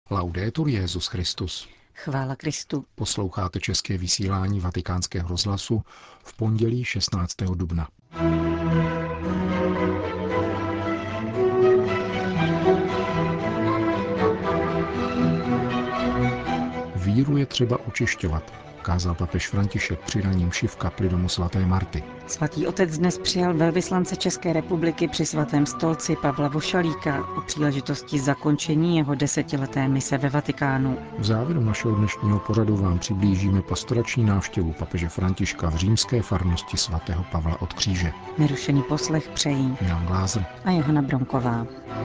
Laudetur Jesus Christus. Chvála Kristu. Posloucháte české vysílání Vatikánského rozhlasu v pondělí 16. dubna. Víru je třeba očišťovat, kázal papež František při ranní mši v kapli domu svaté Marty. Svatý otec dnes přijal velvyslance České republiky při svatém stolci Pavla Vošalíka u příležitosti zakončení jeho 10leté mise ve Vatikánu. V závěru našeho dnešního pořadu vám přiblížíme pastorační návštěvu papeže Františka v římské farnosti svatého Pavla od Kříže. Nerušený poslech přejí Milan Glázer a Johana Bronková.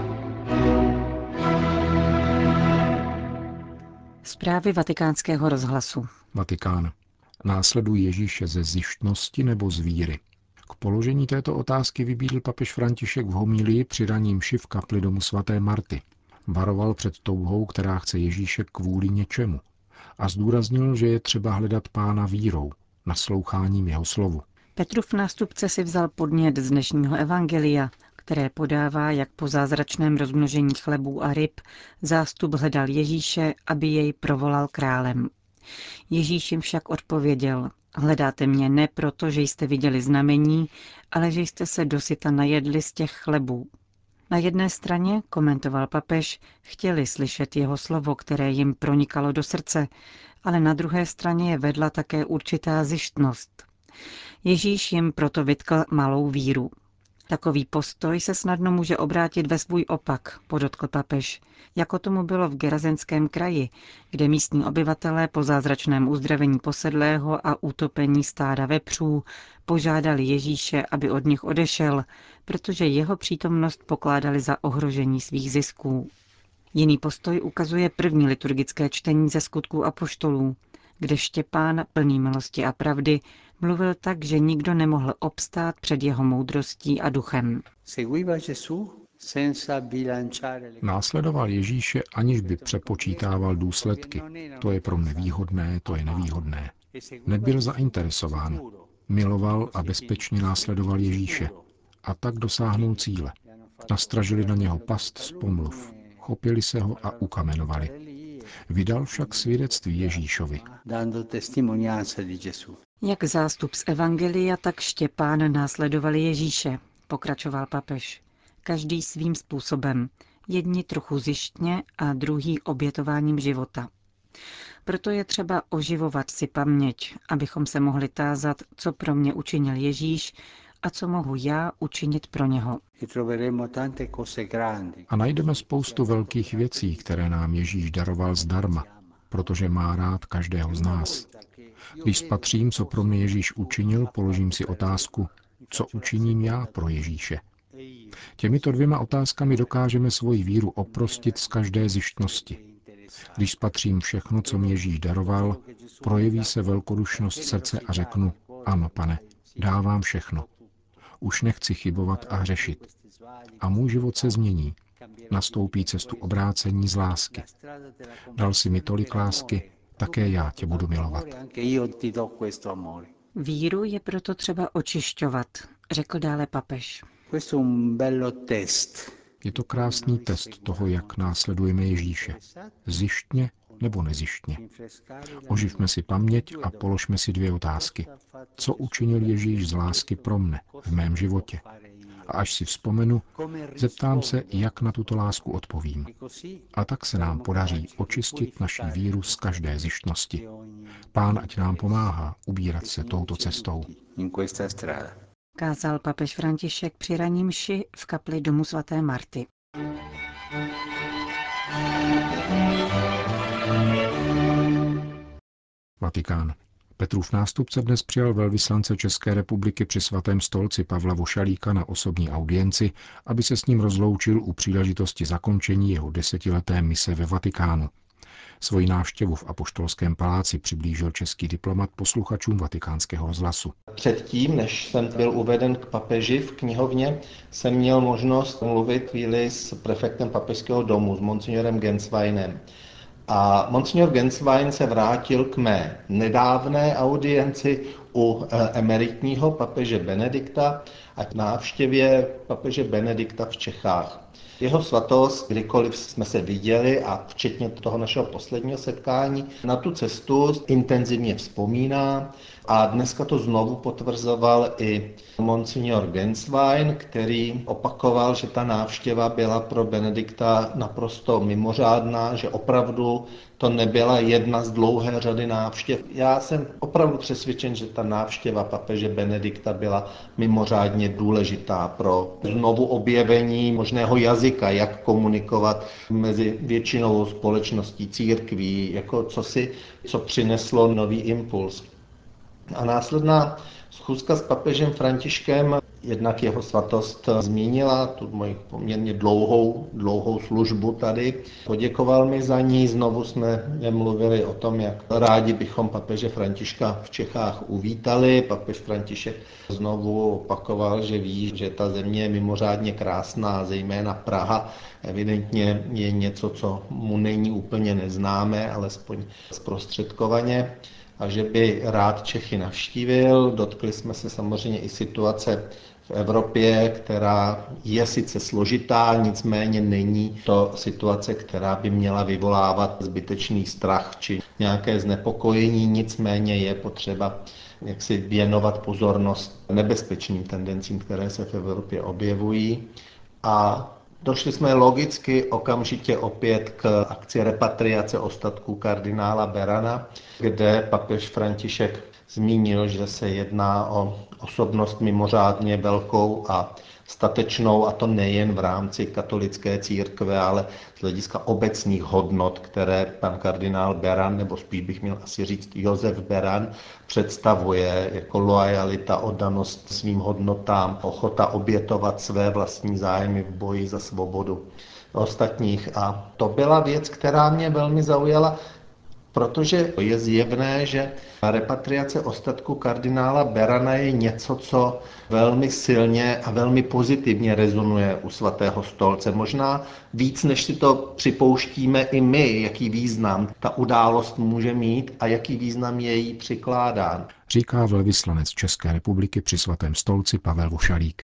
Zprávy Vatikánského rozhlasu. Vatikán. Následují Ježíše ze zištnosti nebo z víry? K položení této otázky vybídl papež František v homílii při ranní mši v kapli domu svaté Marty. Varoval před touhou, která chce Ježíše kvůli něčemu. A zdůraznil, že je třeba hledat Pána vírou, nasloucháním jeho slovu. Petrův nástupce si vzal podnět z dnešního evangelia, které podává, jak po zázračném rozmnožení chlebů a ryb zástup hledal Ježíše, aby jej provolal králem. Ježíš jim však odpověděl: hledáte mě ne proto, že jste viděli znamení, ale že jste se dosyta najedli z těch chlebů. Na jedné straně, komentoval papež, chtěli slyšet jeho slovo, které jim pronikalo do srdce, ale na druhé straně je vedla také určitá zištnost. Ježíš jim proto vytkl malou víru. Takový postoj se snadno může obrátit ve svůj opak, podotkl papež, jako tomu bylo v Gerazenském kraji, kde místní obyvatelé po zázračném uzdravení posedlého a utopení stáda vepřů požádali Ježíše, aby od nich odešel, protože jeho přítomnost pokládali za ohrožení svých zisků. Jiný postoj ukazuje první liturgické čtení ze Skutků apoštolů, kde Štěpán, plný milosti a pravdy, mluvil tak, že nikdo nemohl obstát před jeho moudrostí a duchem. Následoval Ježíše, aniž by přepočítával důsledky. To je pro mne výhodné, to je nevýhodné. Nebyl zainteresován. Miloval a bezpečně následoval Ježíše. A tak dosáhnul cíle. Nastražili na něho past z pomluv. Chopili se ho a ukamenovali. Vydal však svědectví Ježíšovi. Jak zástup z evangelia, tak Štěpán následovali Ježíše, pokračoval papež. Každý svým způsobem, jedni trochu zištně a druhý obětováním života. Proto je třeba oživovat si paměť, abychom se mohli tázat, co pro mě učinil Ježíš a co mohu já učinit pro něho. A najdeme spoustu velkých věcí, které nám Ježíš daroval zdarma, protože má rád každého z nás. Když spatřím, co pro mě Ježíš učinil, položím si otázku, co učiním já pro Ježíše. Těmito dvěma otázkami dokážeme svoji víru oprostit z každé zištnosti. Když spatřím všechno, co mi Ježíš daroval, projeví se velkodušnost srdce a řeknu, ano, Pane, dávám všechno. Už nechci chybovat a hřešit. A můj život se změní. Nastoupí cestu obrácení z lásky. Dal si mi tolik lásky, také já tě budu milovat. Víru je proto třeba očišťovat, řekl dále papež. Je to krásný test toho, jak následujeme Ježíše. Zištně nebo nezištně. Oživme si paměť a položme si dvě otázky. Co učinil Ježíš z lásky pro mne v mém životě? A až si vzpomenu, zeptám se, jak na tuto lásku odpovím. A tak se nám podaří očistit naši víru z každé zištnosti. Pán ať nám pomáhá ubírat se touto cestou. Kázal papež František při ranní mši v kapli domu svaté Marty. Vatikán. Petrův nástupce dnes přijal velvyslance České republiky při svatém stolci Pavla Vošalíka na osobní audienci, aby se s ním rozloučil u příležitosti zakončení jeho 10leté mise ve Vatikánu. Svoji návštěvu v Apoštolském paláci přiblížil český diplomat posluchačům Vatikánského rozhlasu. Předtím, než jsem byl uveden k papeži v knihovně, jsem měl možnost mluvit chvíli s prefektem papežského domu, s monsignorem Gensweinem. A monsignor Genswein se vrátil k mé nedávné audienci u emeritního papeže Benedikta a k návštěvě papeže Benedikta v Čechách. Jeho svatost, kdykoliv jsme se viděli a včetně toho našeho posledního setkání, na tu cestu intenzivně vzpomíná a dneska to znovu potvrzoval i monsignor Genswein, který opakoval, že ta návštěva byla pro Benedikta naprosto mimořádná, že opravdu to nebyla jedna z dlouhé řady návštěv. Já jsem opravdu přesvědčen, že ta návštěva papeže Benedikta byla mimořádně důležitá pro znovu objevení možného jazyka, jak komunikovat mezi většinovou společností, církví, jako co přineslo nový impuls. A následná schůzka s papežem Františkem, jednak jeho svatost zmínila tu moji poměrně dlouhou službu tady. Poděkoval mi za ní, znovu jsme mluvili o tom, jak rádi bychom papeže Františka v Čechách uvítali. Papež František znovu opakoval, že ví, že ta země je mimořádně krásná, zejména Praha. Evidentně je něco, co mu není úplně neznámé, alespoň zprostředkovaně, a že by rád Čechy navštívil. Dotkli jsme se samozřejmě i situace v Evropě, která je sice složitá, nicméně není to situace, která by měla vyvolávat zbytečný strach či nějaké znepokojení, nicméně je potřeba jaksi věnovat pozornost nebezpečným tendencím, které se v Evropě objevují. A došli jsme logicky okamžitě opět k akci repatriace ostatků kardinála Berana, kde papež František zmínil, že se jedná o osobnost mimořádně velkou a statečnou, a to nejen v rámci katolické církve, ale z hlediska obecných hodnot, které pan kardinál Beran, nebo spíš bych měl asi říct Josef Beran, představuje jako loajalita, oddanost svým hodnotám, ochota obětovat své vlastní zájmy v boji za svobodu ostatních. A to byla věc, která mě velmi zaujala, protože je zjevné, že repatriace ostatků kardinála Berana je něco, co velmi silně a velmi pozitivně rezonuje u svatého stolce. Možná víc, než si to připouštíme i my, jaký význam ta událost může mít a jaký význam je jí přikládán. Říká velvyslanec České republiky při svatém stolci Pavel Vošalík.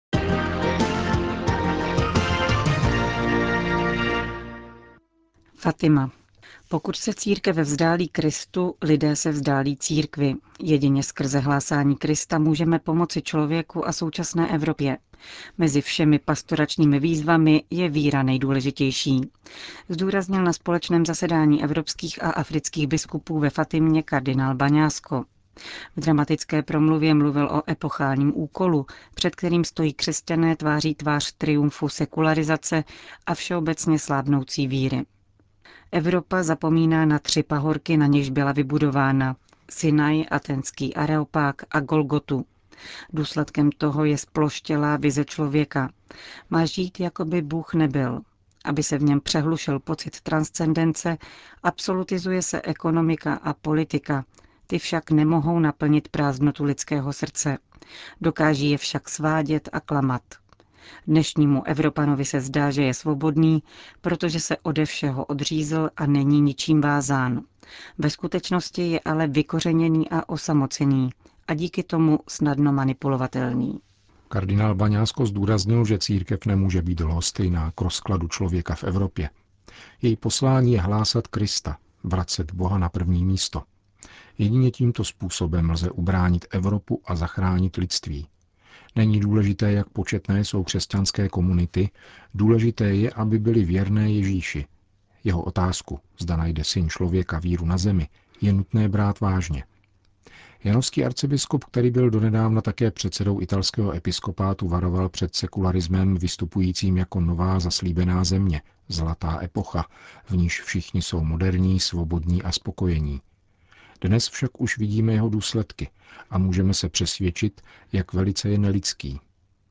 Fatima. Pokud se církev vzdálí Kristu, lidé se vzdálí církvi. Jedině skrze hlásání Krista můžeme pomoci člověku a současné Evropě. Mezi všemi pastoračními výzvami je víra nejdůležitější. Zdůraznil na společném zasedání evropských a afrických biskupů ve Fatimě kardinál Baňásko. V dramatické promluvě mluvil o epochálním úkolu, před kterým stojí křesťané tváří tvář triumfu sekularizace a všeobecně slábnoucí víry. Evropa zapomíná na 3 pahorky, na něž byla vybudována. Sinaj, Atenský Areopág a Golgotu. Důsledkem toho je sploštělá vize člověka. Má žít, jako by Bůh nebyl. Aby se v něm přehlušil pocit transcendence, absolutizuje se ekonomika a politika. Ty však nemohou naplnit prázdnotu lidského srdce. Dokáží je však svádět a klamat. Dnešnímu Evropanovi se zdá, že je svobodný, protože se ode všeho odřízl a není ničím vázán. Ve skutečnosti je ale vykořeněný a osamocený a díky tomu snadno manipulovatelný. Kardinál Baňásko zdůraznil, že církev nemůže být lhostejná k rozkladu člověka v Evropě. Její poslání je hlásat Krista, vracet Boha na první místo. Jedině tímto způsobem lze ubránit Evropu a zachránit lidství. Není důležité, jak početné jsou křesťanské komunity, důležité je, aby byly věrné Ježíši. Jeho otázku, zda najde Syn člověka víru na zemi, je nutné brát vážně. Janovský arcibiskup, který byl donedávna také předsedou italského episkopátu, varoval před sekularismem vystupujícím jako nová zaslíbená země, zlatá epocha, v níž všichni jsou moderní, svobodní a spokojení. Dnes však už vidíme jeho důsledky a můžeme se přesvědčit, jak velice je nelidský.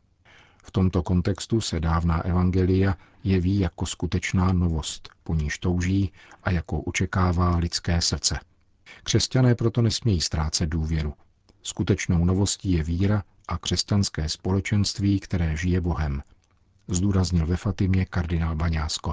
V tomto kontextu se dávná evangelia jeví jako skutečná novost, po níž touží a jakou očekává lidské srdce. Křesťané proto nesmějí ztrácet důvěru. Skutečnou novostí je víra a křesťanské společenství, které žije Bohem, zdůraznil ve Fatimě kardinál Baňásko.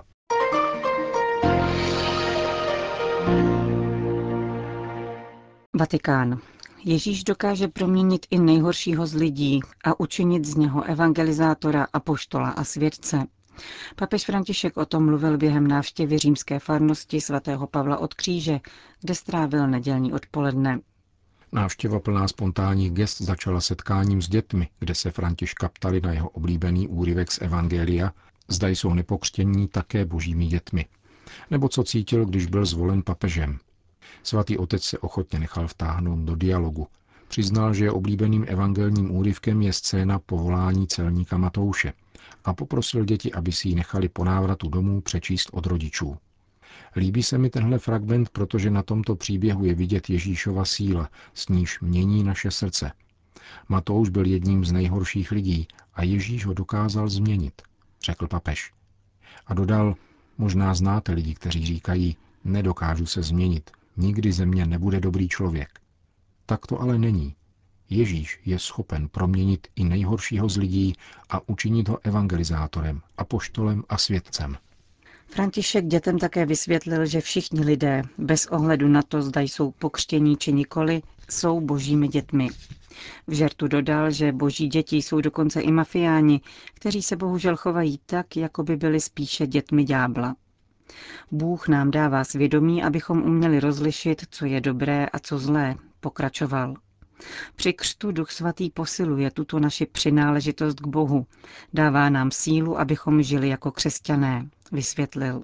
Vatikán. Ježíš dokáže proměnit i nejhoršího z lidí a učinit z něho evangelizátora, apoštola a svědce. Papež František o tom mluvil během návštěvy římské farnosti svatého Pavla od Kříže, kde strávil nedělní odpoledne. Návštěva plná spontánních gest začala setkáním s dětmi, kde se Františka ptali na jeho oblíbený úryvek z Evangelia, zda jsou nepokřtění také božími dětmi, nebo co cítil, když byl zvolen papežem. Svatý otec se ochotně nechal vtáhnout do dialogu. Přiznal, že oblíbeným evangelním úryvkem je scéna povolání celníka Matouše a poprosil děti, aby si ji nechali po návratu domů přečíst od rodičů. Líbí se mi tenhle fragment, protože na tomto příběhu je vidět Ježíšova síla, s níž mění naše srdce. Matouš byl jedním z nejhorších lidí a Ježíš ho dokázal změnit, řekl papež. A dodal, možná znáte lidi, kteří říkají, nedokážu se změnit, nikdy ze mě nebude dobrý člověk. Tak to ale není. Ježíš je schopen proměnit i nejhoršího z lidí a učinit ho evangelizátorem, apoštolem a svědcem. František dětem také vysvětlil, že všichni lidé, bez ohledu na to, zda jsou pokřtění či nikoli, jsou božími dětmi. V žertu dodal, že boží děti jsou dokonce i mafiáni, kteří se bohužel chovají tak, jako by byli spíše dětmi ďábla. Bůh nám dává svědomí, abychom uměli rozlišit, co je dobré a co zlé, pokračoval. Při křtu Duch Svatý posiluje tuto naši přináležitost k Bohu, dává nám sílu, abychom žili jako křesťané, vysvětlil.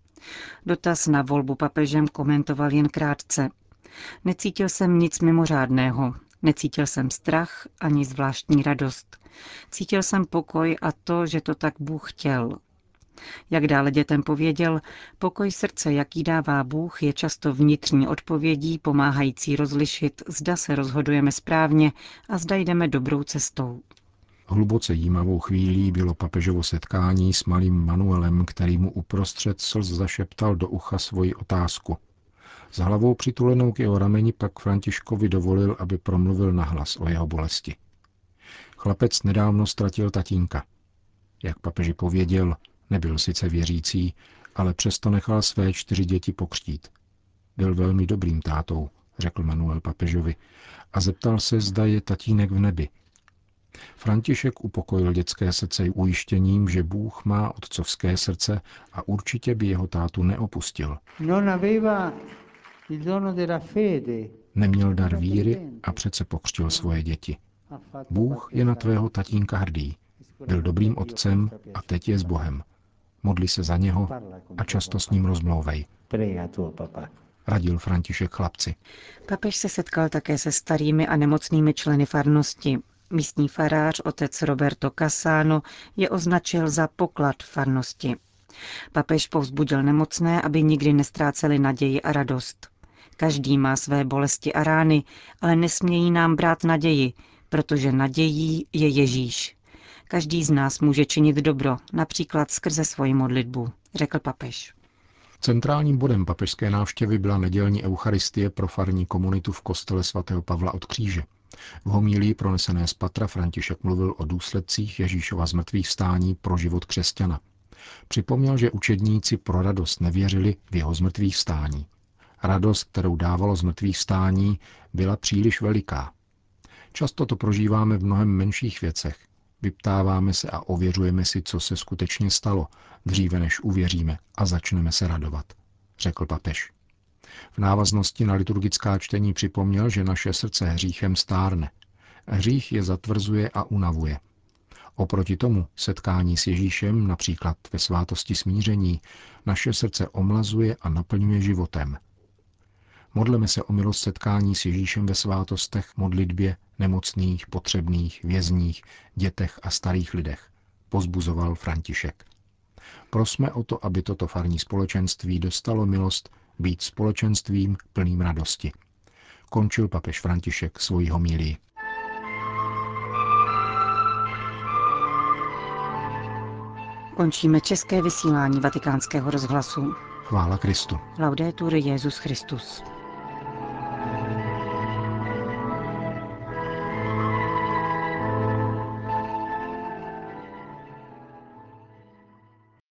Dotaz na volbu papežem komentoval jen krátce. Necítil jsem nic mimořádného, necítil jsem strach ani zvláštní radost. Cítil jsem pokoj a to, že to tak Bůh chtěl. Jak dále dětem pověděl, pokoj srdce, jaký dává Bůh, je často vnitřní odpovědí pomáhající rozlišit, zda se rozhodujeme správně a zda jdeme dobrou cestou. Hluboce jímavou chvílí bylo papežovo setkání s malým Manuelem, který mu uprostřed slz zašeptal do ucha svoji otázku. S hlavou přitulenou k jeho rameni pak Františkovi dovolil, aby promluvil nahlas o jeho bolesti. Chlapec nedávno ztratil tatínka. Jak papeži pověděl, nebyl sice věřící, ale přesto nechal své 4 děti pokřtít. Byl velmi dobrým tátou, řekl Manuel papežovi, a zeptal se, zda je tatínek v nebi. František upokojil dětské srdce ujištěním, že Bůh má otcovské srdce a určitě by jeho tátu neopustil. Neměl dar víry a přece pokřtil svoje děti. Bůh je na tvého tatínka hrdý. Byl dobrým otcem a teď je s Bohem. Modli se za něho a často s ním rozmlouvej. Radil František chlapci. Papež se setkal také se starými a nemocnými členy farnosti. Místní farář, otec Roberto Cassano, je označil za poklad farnosti. Papež povzbudil nemocné, aby nikdy nestráceli naději a radost. Každý má své bolesti a rány, ale nesmějí nám brát naději, protože nadějí je Ježíš. Každý z nás může činit dobro, například skrze svoji modlitbu, řekl papež. Centrálním bodem papežské návštěvy byla nedělní eucharistie pro farní komunitu v kostele svatého Pavla od Kříže. V homílii pronesené z Patra František mluvil o důsledcích Ježíšova zmrtvýchvstání pro život křesťana. Připomněl, že učedníci pro radost nevěřili v jeho zmrtvýchvstání. Radost, kterou dávalo zmrtvýchvstání, byla příliš veliká. Často to prožíváme v mnohem menších věcech. Vyptáváme se a ověřujeme si, co se skutečně stalo, dříve než uvěříme a začneme se radovat, řekl papež. V návaznosti na liturgická čtení připomněl, že naše srdce hříchem stárne. Hřích je zatvrzuje a unavuje. Oproti tomu setkání s Ježíšem, například ve svátosti smíření, naše srdce omlazuje a naplňuje životem. Modleme se o milost setkání s Ježíšem ve svátostech, modlitbě, nemocných, potřebných, vězních, dětech a starých lidech, pozbuzoval František. Prosme o to, aby toto farní společenství dostalo milost být společenstvím plným radosti. Končil papež František svoji homílii. Končíme české vysílání Vatikánského rozhlasu. Chvála Kristu. Laudetur Jesus Christus.